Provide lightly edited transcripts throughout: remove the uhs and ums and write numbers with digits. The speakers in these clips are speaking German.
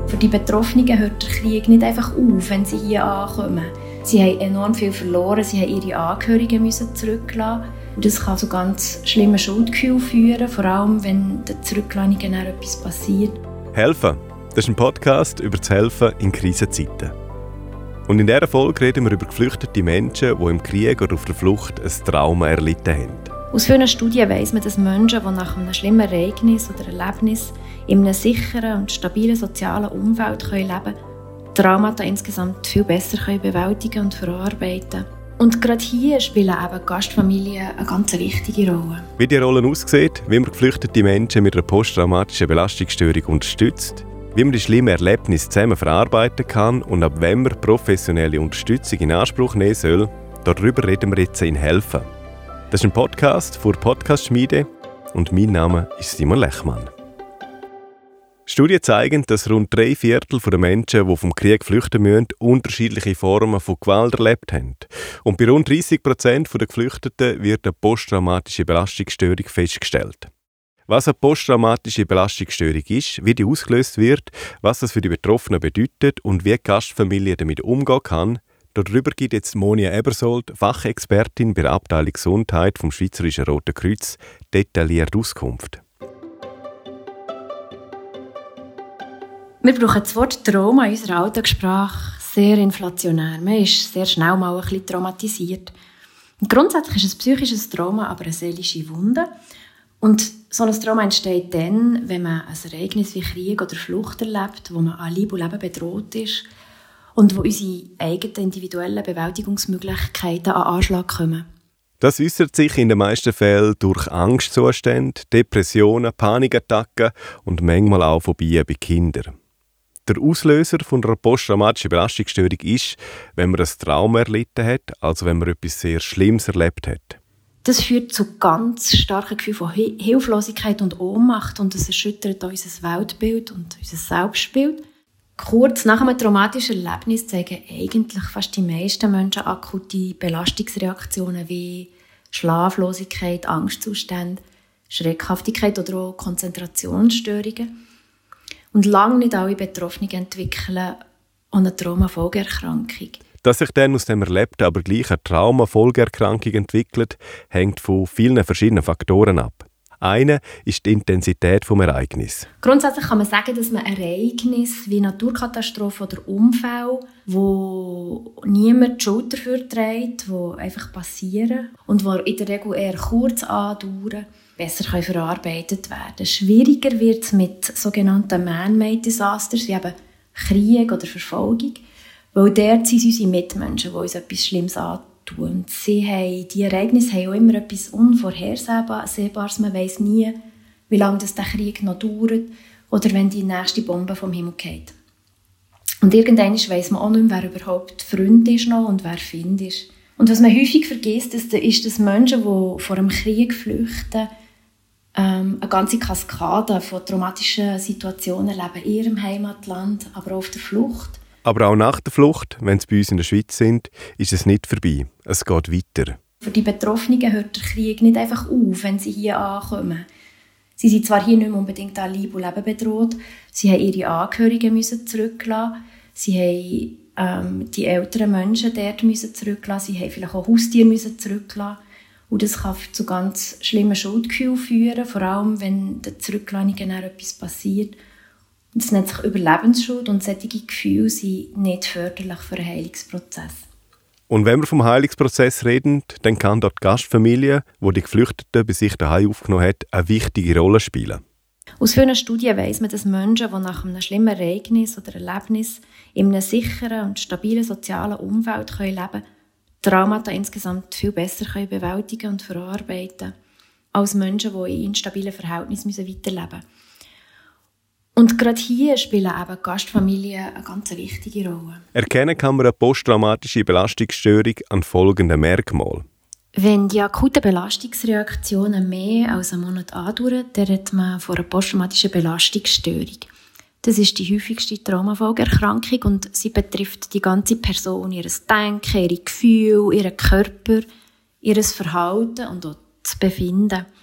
Für die Betroffenen hört der Krieg nicht einfach auf, wenn sie hier ankommen. Sie haben enorm viel verloren, sie haben ihre Angehörigen zurücklassen. Und das kann zu ganz schlimmen Schuldgefühlen führen, vor allem wenn den Zurücklassungen etwas passiert. Helfen. Das ist ein Podcast über das Helfen in Krisenzeiten. Und in dieser Folge reden wir über geflüchtete Menschen, die im Krieg oder auf der Flucht ein Trauma erlitten haben. Aus vielen Studien weiss man, dass Menschen, die nach einem schlimmen Ereignis oder Erlebnis in einem sicheren und stabilen sozialen Umfeld leben können, Traumata insgesamt viel besser bewältigen und verarbeiten können. Und gerade hier spielen eben Gastfamilien eine ganz wichtige Rolle. Wie die Rolle aussieht, wie man geflüchtete Menschen mit einer posttraumatischen Belastungsstörung unterstützt, wie man die schlimmen Erlebnisse zusammen verarbeiten kann und ab wann man professionelle Unterstützung in Anspruch nehmen soll, darüber reden wir jetzt in «Helfen». Das ist ein Podcast von Podcast-Schmiede und mein Name ist Simon Lechmann. Studien zeigen, dass rund 3/4 der Menschen, die vom Krieg flüchten müssen, unterschiedliche Formen von Gewalt erlebt haben. Und bei rund 30% der Geflüchteten wird eine posttraumatische Belastungsstörung festgestellt. Was eine posttraumatische Belastungsstörung ist, wie die ausgelöst wird, was das für die Betroffenen bedeutet und wie die Gastfamilie damit umgehen kann, darüber gibt jetzt Monia Ebersold, Fachexpertin bei der Abteilung Gesundheit vom Schweizerischen Roten Kreuz, detailliert Auskunft. Wir brauchen das Wort Trauma in unserer Alltagssprache sehr inflationär. Man ist sehr schnell mal ein bisschen traumatisiert. Und grundsätzlich ist ein psychisches Trauma aber eine seelische Wunde. Und so ein Trauma entsteht dann, wenn man ein Ereignis wie Krieg oder Flucht erlebt, wo man an Leib und Leben bedroht ist und wo unsere eigenen individuellen Bewältigungsmöglichkeiten an Anschlag kommen. Das äußert sich in den meisten Fällen durch Angstzustände, Depressionen, Panikattacken und manchmal auch Phobien bei Kindern. Der Auslöser von einer posttraumatischen Belastungsstörung ist, wenn man ein Trauma erlitten hat, also wenn man etwas sehr Schlimmes erlebt hat. Das führt zu ganz starken Gefühlen von Hilflosigkeit und Ohnmacht und es erschüttert auch unser Weltbild und unser Selbstbild. Kurz nach einem traumatischen Erlebnis zeigen eigentlich fast die meisten Menschen akute Belastungsreaktionen wie Schlaflosigkeit, Angstzustände, Schreckhaftigkeit oder auch Konzentrationsstörungen. Und lange nicht alle Betroffenen entwickeln eine Traumafolgeerkrankung. Dass sich dann aus dem Erlebten aber gleich eine Traumafolgeerkrankung entwickelt, hängt von vielen verschiedenen Faktoren ab. Eine ist die Intensität des Ereignisses. Grundsätzlich kann man sagen, dass man Ereignisse wie Naturkatastrophen oder Unfälle, wo niemand die Schuld dafür trägt, die einfach passieren und die in der Regel eher kurz andauern, besser verarbeitet werden. Schwieriger wird es mit sogenannten Man-Made Disasters, wie eben Krieg oder Verfolgung, weil dort sind es unsere Mitmenschen, die uns etwas Schlimmes antun. Und die Ereignisse haben auch immer etwas Unvorhersehbares. Man weiss nie, wie lange der Krieg noch dauert oder wenn die nächste Bombe vom Himmel fällt. Und irgendwann weiss man auch nicht mehr, wer überhaupt Freund ist noch und wer Feind ist. Und was man häufig vergisst, ist, dass Menschen, die vor einem Krieg flüchten, eine ganze Kaskade von traumatischen Situationen leben in ihrem Heimatland, aber auch auf der Flucht. Aber auch nach der Flucht, wenn sie bei uns in der Schweiz sind, ist es nicht vorbei. Es geht weiter. Für die Betroffenen hört der Krieg nicht einfach auf, wenn sie hier ankommen. Sie sind zwar hier nicht mehr unbedingt an Leib und Leben bedroht, sie haben ihre Angehörigen zurücklassen, sie haben die älteren Menschen dort zurücklassen, sie haben vielleicht auch Haustiere zurücklassen. Und das kann zu ganz schlimmen Schuldgefühlen führen, vor allem wenn den Zurücklassungen etwas passiert. Das nennt sich Überlebensschuld und solche Gefühle sind nicht förderlich für einen Heilungsprozess. Und wenn wir vom Heilungsprozess reden, dann kann dort die Gastfamilie, die die Geflüchteten bei sich daheim aufgenommen hat, eine wichtige Rolle spielen. Aus vielen Studien weiss man, dass Menschen, die nach einem schlimmen Ereignis oder Erlebnis in einem sicheren und stabilen sozialen Umfeld leben können, Traumata insgesamt viel besser bewältigen und verarbeiten können, als Menschen, die in instabilen Verhältnissen weiterleben müssen. Und gerade hier spielen eben Gastfamilien eine ganz wichtige Rolle. Erkennen kann man eine posttraumatische Belastungsstörung an folgenden Merkmalen. Wenn die akuten Belastungsreaktionen mehr als einen Monat andauern, dann redet man von einer posttraumatischen Belastungsstörung. Das ist die häufigste Traumafolgeerkrankung und sie betrifft die ganze Person, ihr Denken, ihre Gefühle, ihren Körper, ihr Verhalten und auch das Befinden.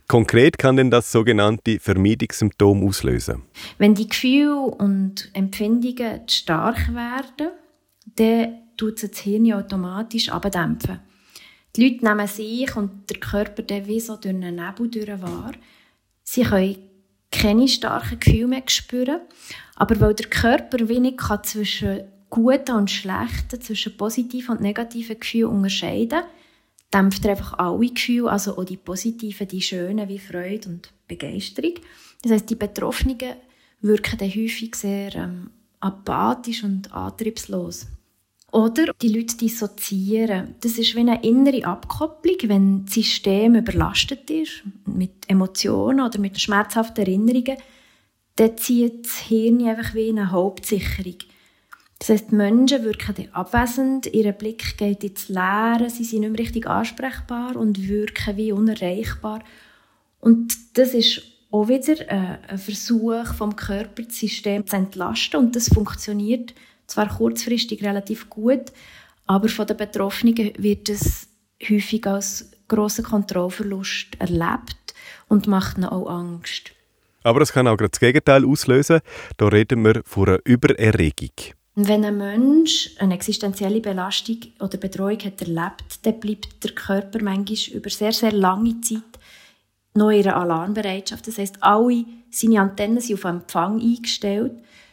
Konkret kann denn das sogenannte Vermeidungssymptom auslösen? Wenn die Gefühle und Empfindungen zu stark werden, dann tut sich das Hirn automatisch abdämpfen. Die Leute nehmen sich und der Körper dann wie so durch einen Nebel wahr. Sie können keine starken Gefühle mehr spüren, aber weil der Körper wenig zwischen guten und schlechten, zwischen positiven und negativen Gefühlen unterscheiden kann, dämpft er einfach alle Gefühle, also auch die positiven, die schönen, wie Freude und Begeisterung. Das heisst, die Betroffenen wirken dann häufig sehr apathisch und antriebslos. Oder die Leute dissoziieren. Das ist wie eine innere Abkopplung, wenn das System überlastet ist, mit Emotionen oder mit schmerzhaften Erinnerungen, dann zieht das Hirn einfach wie eine Hauptsicherung. Das heisst, die Menschen wirken dann abwesend, ihr Blick geht ins Leere, sie sind nicht mehr richtig ansprechbar und wirken wie unerreichbar. Und das ist auch wieder ein Versuch vom Körper, das System zu entlasten. Und das funktioniert zwar kurzfristig relativ gut, aber von den Betroffenen wird es häufig als grosser Kontrollverlust erlebt und macht ihnen auch Angst. Aber es kann auch gerade das Gegenteil auslösen. Da reden wir von einer Übererregung. Wenn ein Mensch eine existenzielle Belastung oder Bedrohung hat erlebt, dann bleibt der Körper manchmal über sehr, sehr lange Zeit noch in einer Alarmbereitschaft. Das heisst, alle seine Antennen sind auf Empfang eingestellt,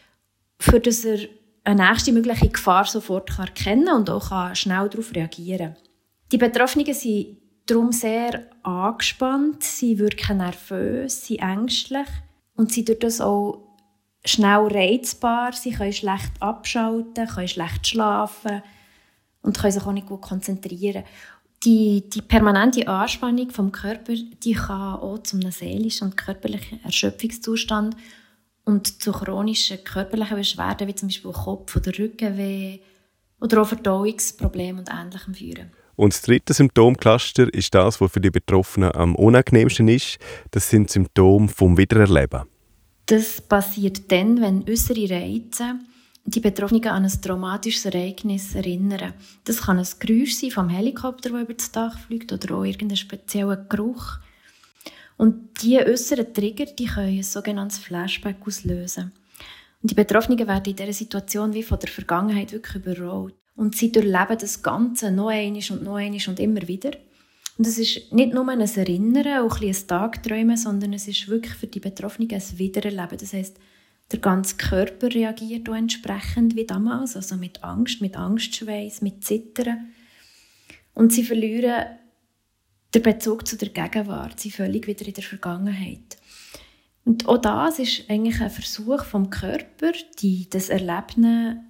für dass er eine nächste mögliche Gefahr sofort erkennen kann und auch schnell darauf reagieren kann. Die Betroffenen sind darum sehr angespannt, sie wirken nervös, sind ängstlich und sind durch das auch schnell reizbar. Sie können schlecht abschalten, können schlecht schlafen und können sich auch nicht gut konzentrieren. Die permanente Anspannung vom Körper, die kann auch zu einem seelischen und körperlichen Erschöpfungszustand und zu chronischen körperlichen Beschwerden wie zum Beispiel Kopf- oder Rückenweh oder auch Verdauungsproblemen und Ähnlichem führen. Und das dritte Symptomcluster ist das, was für die Betroffenen am unangenehmsten ist. Das sind Symptome vom Wiedererleben. Das passiert dann, wenn äußere Reize die Betroffenen an ein traumatisches Ereignis erinnern. Das kann ein Geräusch sein vom Helikopter, der über das Dach fliegt, oder auch irgendein spezieller Geruch. Und diese äußeren Trigger, die können ein sogenanntes Flashback auslösen. Und die Betroffenen werden in dieser Situation wie von der Vergangenheit wirklich überrollt. Und sie durchleben das Ganze noch einmal und immer wieder. Und es ist nicht nur ein Erinnern, auch ein Tagträumen, sondern es ist wirklich für die Betroffenen ein Wiedererleben. Das heisst, der ganze Körper reagiert auch entsprechend wie damals, also mit Angstschweiß, mit Zittern. Und sie verlieren den Bezug zu der Gegenwart, sie völlig wieder in der Vergangenheit. Und auch das ist eigentlich ein Versuch vom Körper, das Erlebte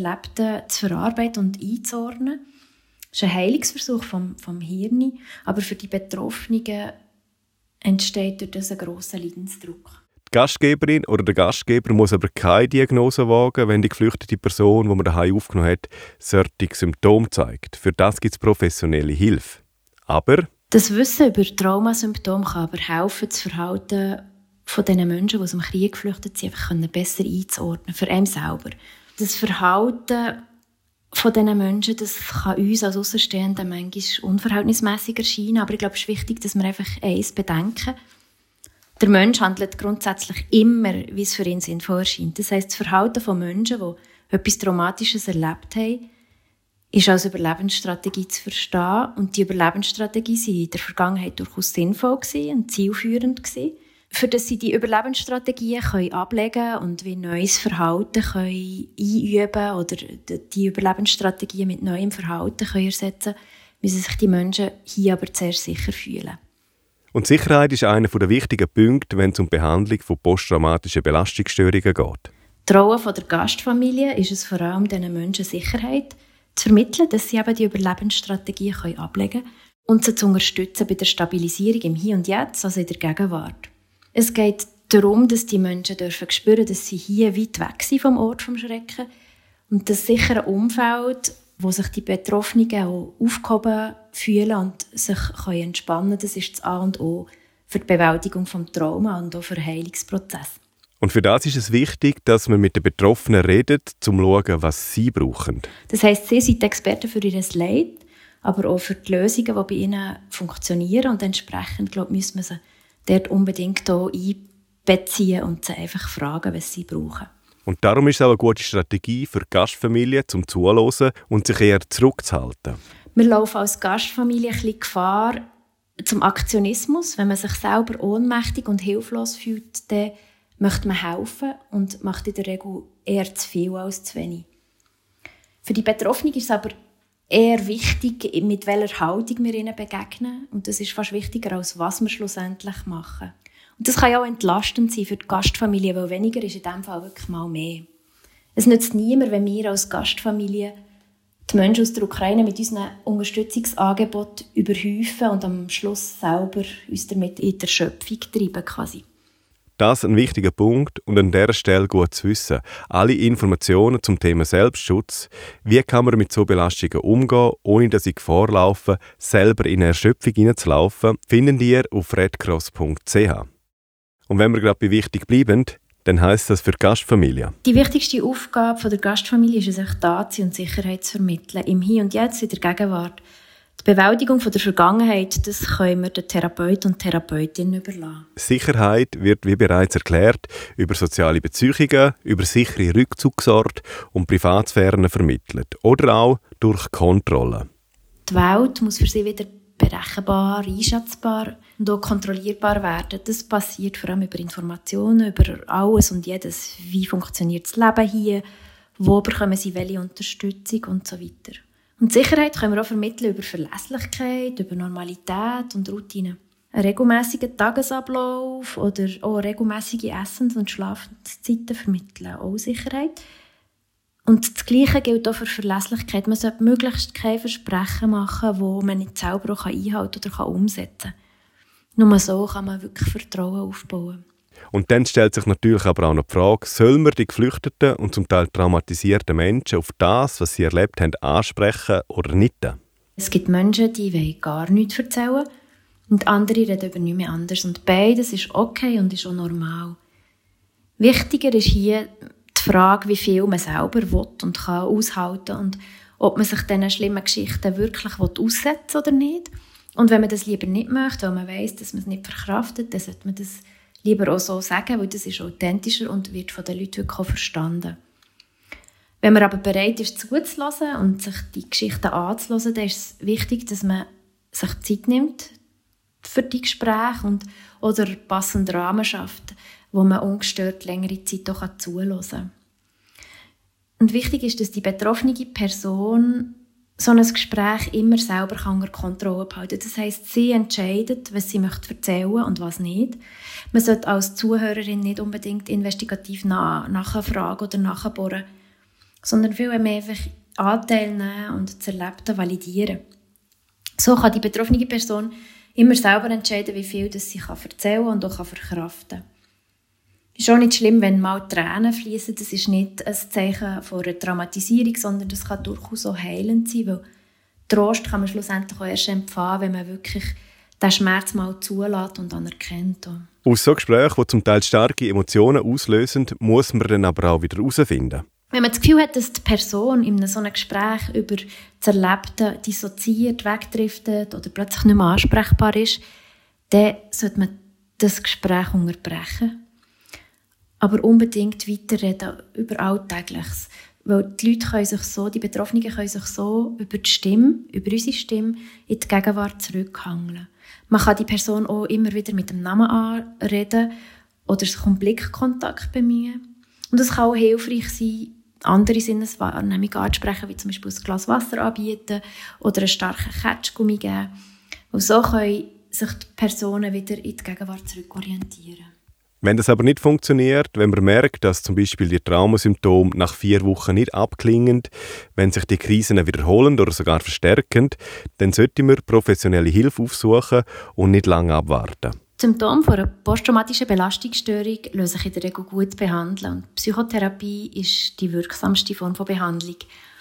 zu verarbeiten und einzuordnen. Das ist ein Heilungsversuch vom Hirn, aber für die Betroffenen entsteht durch das ein grosser Leidensdruck. Die Gastgeberin oder der Gastgeber muss aber keine Diagnose wagen, wenn die geflüchtete Person, die man daheim aufgenommen hat, solche Symptome zeigt. Für das gibt es professionelle Hilfe. Aber das Wissen über Traumasymptome kann aber helfen, das Verhalten von den Menschen, die aus dem Krieg geflüchtet sind, einfach besser einzuordnen, für einen selber. Das Verhalten von diesen Menschen, das kann uns als Aussenstehenden manchmal unverhältnismäßig erscheinen, aber ich glaube, es ist wichtig, dass wir einfach eins bedenken. Der Mensch handelt grundsätzlich immer, wie es für ihn sinnvoll erscheint. Das heisst, das Verhalten von Menschen, die etwas Traumatisches erlebt haben, ist als Überlebensstrategie zu verstehen. Und die Überlebensstrategie war in der Vergangenheit durchaus sinnvoll und zielführend gewesen. Für dass sie die Überlebensstrategien ablegen können und wie neues Verhalten einüben können oder die Überlebensstrategien mit neuem Verhalten ersetzen können, müssen sich die Menschen hier aber zuerst sicher fühlen. Und Sicherheit ist einer der wichtigen Punkte, wenn es um die Behandlung von posttraumatischen Belastungsstörungen geht. Die Rolle der Gastfamilie ist es vor allem, diesen Menschen Sicherheit zu vermitteln, dass sie eben die Überlebensstrategien ablegen können und sie zu unterstützen bei der Stabilisierung im Hier und Jetzt, also in der Gegenwart. Es geht darum, dass die Menschen spüren dürfen, dass sie hier weit weg sind vom Ort vom Schrecken und das sichere Umfeld, wo sich die Betroffenen auch aufgehoben fühlen und sich entspannen können, das ist das A und O für die Bewältigung des Trauma und auch für den Heilungsprozess. Und für das ist es wichtig, dass man mit den Betroffenen redet, um zu schauen, was sie brauchen. Das heisst, sie sind die Experten für ihr Leid, aber auch für die Lösungen, die bei ihnen funktionieren. Und entsprechend, glaube ich, müssen wir sie dort unbedingt auch einbeziehen und sie einfach fragen, was sie brauchen. Und darum ist es auch eine gute Strategie für Gastfamilien, zum Zuhören und sich eher zurückzuhalten. Wir laufen als Gastfamilie ein bisschen Gefahr zum Aktionismus. Wenn man sich selber ohnmächtig und hilflos fühlt, dann möchte man helfen und macht in der Regel eher zu viel als zu wenig. Für die Betroffenen ist es aber eher wichtig, mit welcher Haltung wir ihnen begegnen. Und das ist fast wichtiger, als was wir schlussendlich machen. Und das kann ja auch entlastend sein für die Gastfamilie, weil weniger ist in diesem Fall wirklich mal mehr. Es nützt niemand, wenn wir als Gastfamilie die Menschen aus der Ukraine mit unseren Unterstützungsangeboten überhäufen und am Schluss selber uns damit in der Schöpfung treiben quasi. Das ist ein wichtiger Punkt und an dieser Stelle gut zu wissen. Alle Informationen zum Thema Selbstschutz, wie kann man mit so Belastungen umgehen, ohne dass ich Gefahr laufe, selber in eine Erschöpfung hineinzulaufen, finden ihr auf redcross.ch. Und wenn wir gerade bei wichtig bleiben, dann heisst das für die Gastfamilie. Die wichtigste Aufgabe der Gastfamilie ist es, sich da zu sein und Sicherheit zu vermitteln. Im Hier und Jetzt, in der Gegenwart. Die Bewältigung der Vergangenheit, das können wir den Therapeuten und Therapeutinnen überlassen. Sicherheit wird, wie bereits erklärt, über soziale Beziehungen, über sichere Rückzugsorte und Privatsphären vermittelt. Oder auch durch Kontrolle. Die Welt muss für sie wieder berechenbar, einschätzbar und auch kontrollierbar werden. Das passiert vor allem über Informationen, über alles und jedes. Wie funktioniert das Leben hier? Wo bekommen sie welche Unterstützung und so weiter. Und Sicherheit können wir auch vermitteln über Verlässlichkeit, über Normalität und Routine. Einen regelmässigen Tagesablauf oder auch regelmässige Essens- und Schlafzeiten vermitteln auch Sicherheit. Und das Gleiche gilt auch für Verlässlichkeit. Man sollte möglichst keine Versprechen machen, die man nicht selber auch einhalten oder umsetzen kann. Nur so kann man wirklich Vertrauen aufbauen. Und dann stellt sich natürlich aber auch noch die Frage, soll man die geflüchteten und zum Teil traumatisierten Menschen auf das, was sie erlebt haben, ansprechen oder nicht? Es gibt Menschen, die wollen gar nichts erzählen und andere reden über nichts mehr anders. Und beides ist okay und ist auch normal. Wichtiger ist hier die Frage, wie viel man selber will und kann aushalten und ob man sich diesen schlimmen Geschichten wirklich aussetzen will oder nicht. Und wenn man das lieber nicht möchte, weil man weiss, dass man es nicht verkraftet, dann sollte man das lieber auch so sagen, weil das ist authentischer und wird von den Leuten wirklich auch verstanden. Wenn man aber bereit ist, zuzuhören und sich die Geschichten anzuhören, dann ist es wichtig, dass man sich Zeit nimmt für die Gespräche oder passenden Rahmen schafft, wo man ungestört längere Zeit auch zuhören kann. Und wichtig ist, dass die betroffene Person so ein Gespräch immer selber unter Kontrolle behalten. Das heisst, sie entscheidet, was sie erzählen möchte und was nicht. Man sollte als Zuhörerin nicht unbedingt investigativ nachfragen oder nachbohren, sondern viel mehr einfach Anteil nehmen und das Erlebte validieren. So kann die betroffene Person immer selber entscheiden, wie viel sie erzählen und auch verkraften kann. Es ist auch nicht schlimm, wenn mal Tränen fließen. Das ist nicht ein Zeichen von einer Traumatisierung, sondern das kann durchaus auch heilend sein, weil Trost kann man schlussendlich auch erst empfangen, wenn man wirklich den Schmerz mal zulässt und anerkennt. Aus so Gesprächen, die zum Teil starke Emotionen auslösen, muss man dann aber auch wieder herausfinden. Wenn man das Gefühl hat, dass die Person in so einem Gespräch über das Erlebte dissoziiert, wegdriftet oder plötzlich nicht mehr ansprechbar ist, dann sollte man das Gespräch unterbrechen. Aber unbedingt weiterreden über Alltägliches. Weil die Leute können sich so, die Betroffenen können sich so über die Stimme, über unsere Stimme, in die Gegenwart zurückhangeln. Man kann die Person auch immer wieder mit dem Namen anreden oder sich um Blickkontakt bemühen. Und es kann auch hilfreich sein, andere Sinneswahrnehmungen anzusprechen, wie zum Beispiel ein Glas Wasser anbieten oder einen starken Ketschgummi geben. Und so können sich die Personen wieder in die Gegenwart zurückorientieren. Wenn das aber nicht funktioniert, wenn man merkt, dass zum Beispiel die Traumasymptome nach 4 Wochen nicht abklingen, wenn sich die Krisen wiederholen oder sogar verstärken, dann sollte man professionelle Hilfe aufsuchen und nicht lange abwarten. Die Symptome einer posttraumatischen Belastungsstörung lassen sich in der Regel gut behandeln. Und Psychotherapie ist die wirksamste Form von Behandlung.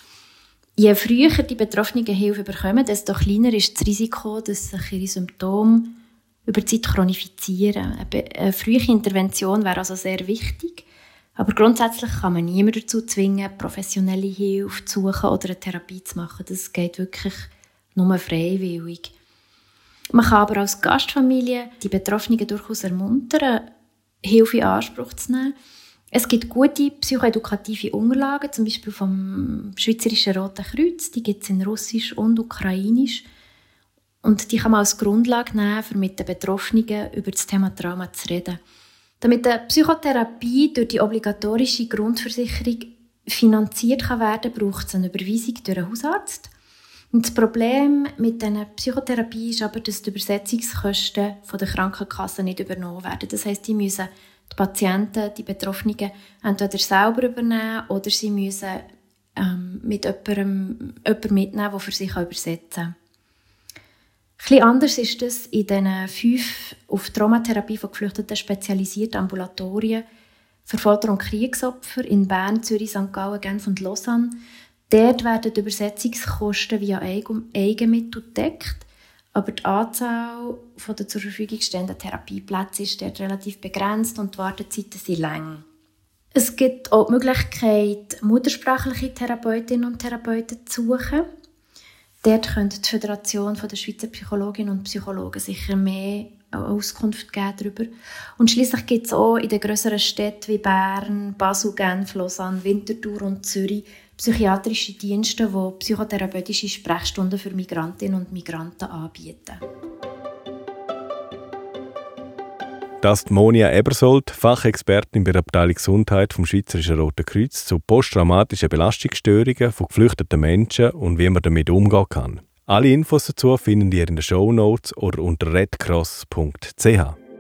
Je früher die Betroffenen Hilfe bekommen, desto kleiner ist das Risiko, dass sich ihre Symptome über die Zeit chronifizieren. Eine frühe Intervention wäre also sehr wichtig, aber grundsätzlich kann man niemanden dazu zwingen, professionelle Hilfe zu suchen oder eine Therapie zu machen. Das geht wirklich nur freiwillig. Man kann aber als Gastfamilie die Betroffenen durchaus ermuntern, Hilfe in Anspruch zu nehmen. Es gibt gute psychoedukative Unterlagen, zum Beispiel vom Schweizerischen Roten Kreuz. Die gibt es in Russisch und Ukrainisch. Und die kann man als Grundlage nehmen, um mit den Betroffenen über das Thema Trauma zu reden. Damit eine Psychotherapie durch die obligatorische Grundversicherung finanziert kann werden, braucht es eine Überweisung durch einen Hausarzt. Und das Problem mit dieser Psychotherapie ist aber, dass die Übersetzungskosten von der Krankenkasse nicht übernommen werden. Das heisst, die müssen die Patienten, die Betroffenen, entweder selber übernehmen oder sie müssen mit jemandem mitnehmen, der für sie übersetzen kann. Etwas anders ist es in den 5 auf Traumatherapie von Geflüchteten spezialisierten Ambulatorien für Folter- und Kriegsopfer in Bern, Zürich, St. Gallen, Genf und Lausanne. Dort werden die Übersetzungskosten via Eigenmittel gedeckt, aber die Anzahl der zur Verfügung stehenden Therapieplätze ist dort relativ begrenzt und die Wartezeiten sind lang. Es gibt auch die Möglichkeit, muttersprachliche Therapeutinnen und Therapeuten zu suchen. Dort könnte die Föderation der Schweizer Psychologinnen und Psychologen sicher mehr Auskunft geben darüber. Und schliesslich gibt es auch in den grösseren Städten wie Bern, Basel, Genf, Lausanne, Winterthur und Zürich psychiatrische Dienste, die psychotherapeutische Sprechstunden für Migrantinnen und Migranten anbieten. Das ist Monia Ebersold, Fachexpertin bei der Abteilung Gesundheit vom Schweizerischen Roten Kreuz zu posttraumatischen Belastungsstörungen von geflüchteten Menschen und wie man damit umgehen kann. Alle Infos dazu findet ihr in den Shownotes oder unter redcross.ch.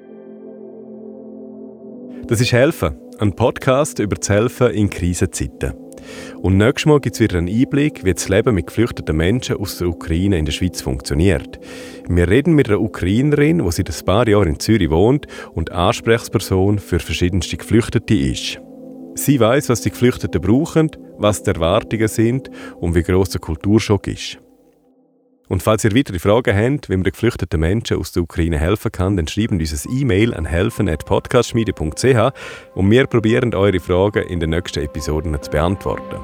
Das ist «Helfen», ein Podcast über das Helfen in Krisenzeiten. Und nächstes Mal gibt es wieder einen Einblick, wie das Leben mit geflüchteten Menschen aus der Ukraine in der Schweiz funktioniert. Wir reden mit einer Ukrainerin, die seit ein paar Jahren in Zürich wohnt und Ansprechperson für verschiedenste Geflüchtete ist. Sie weiss, was die Geflüchteten brauchen, was die Erwartungen sind und wie gross der Kulturschock ist. Und falls ihr weitere Fragen habt, wie man den geflüchteten Menschen aus der Ukraine helfen kann, dann schreibt uns ein E-Mail an helfen@podcastschmiede.ch und wir probieren eure Fragen in den nächsten Episoden zu beantworten.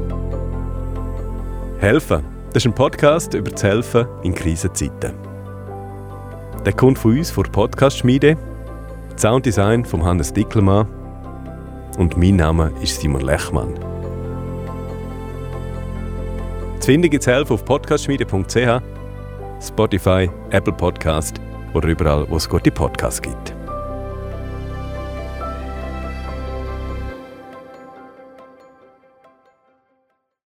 Helfen, das ist ein Podcast über das Helfen in Krisenzeiten. Der kommt von uns, von der Podcast-Schmiede, das Sounddesign von Hannes Dickelmann und mein Name ist Simon Lechmann. Zu finden gibt es Helfen auf podcastschmiede.ch, Spotify, Apple Podcast oder überall, wo es gute Podcasts gibt.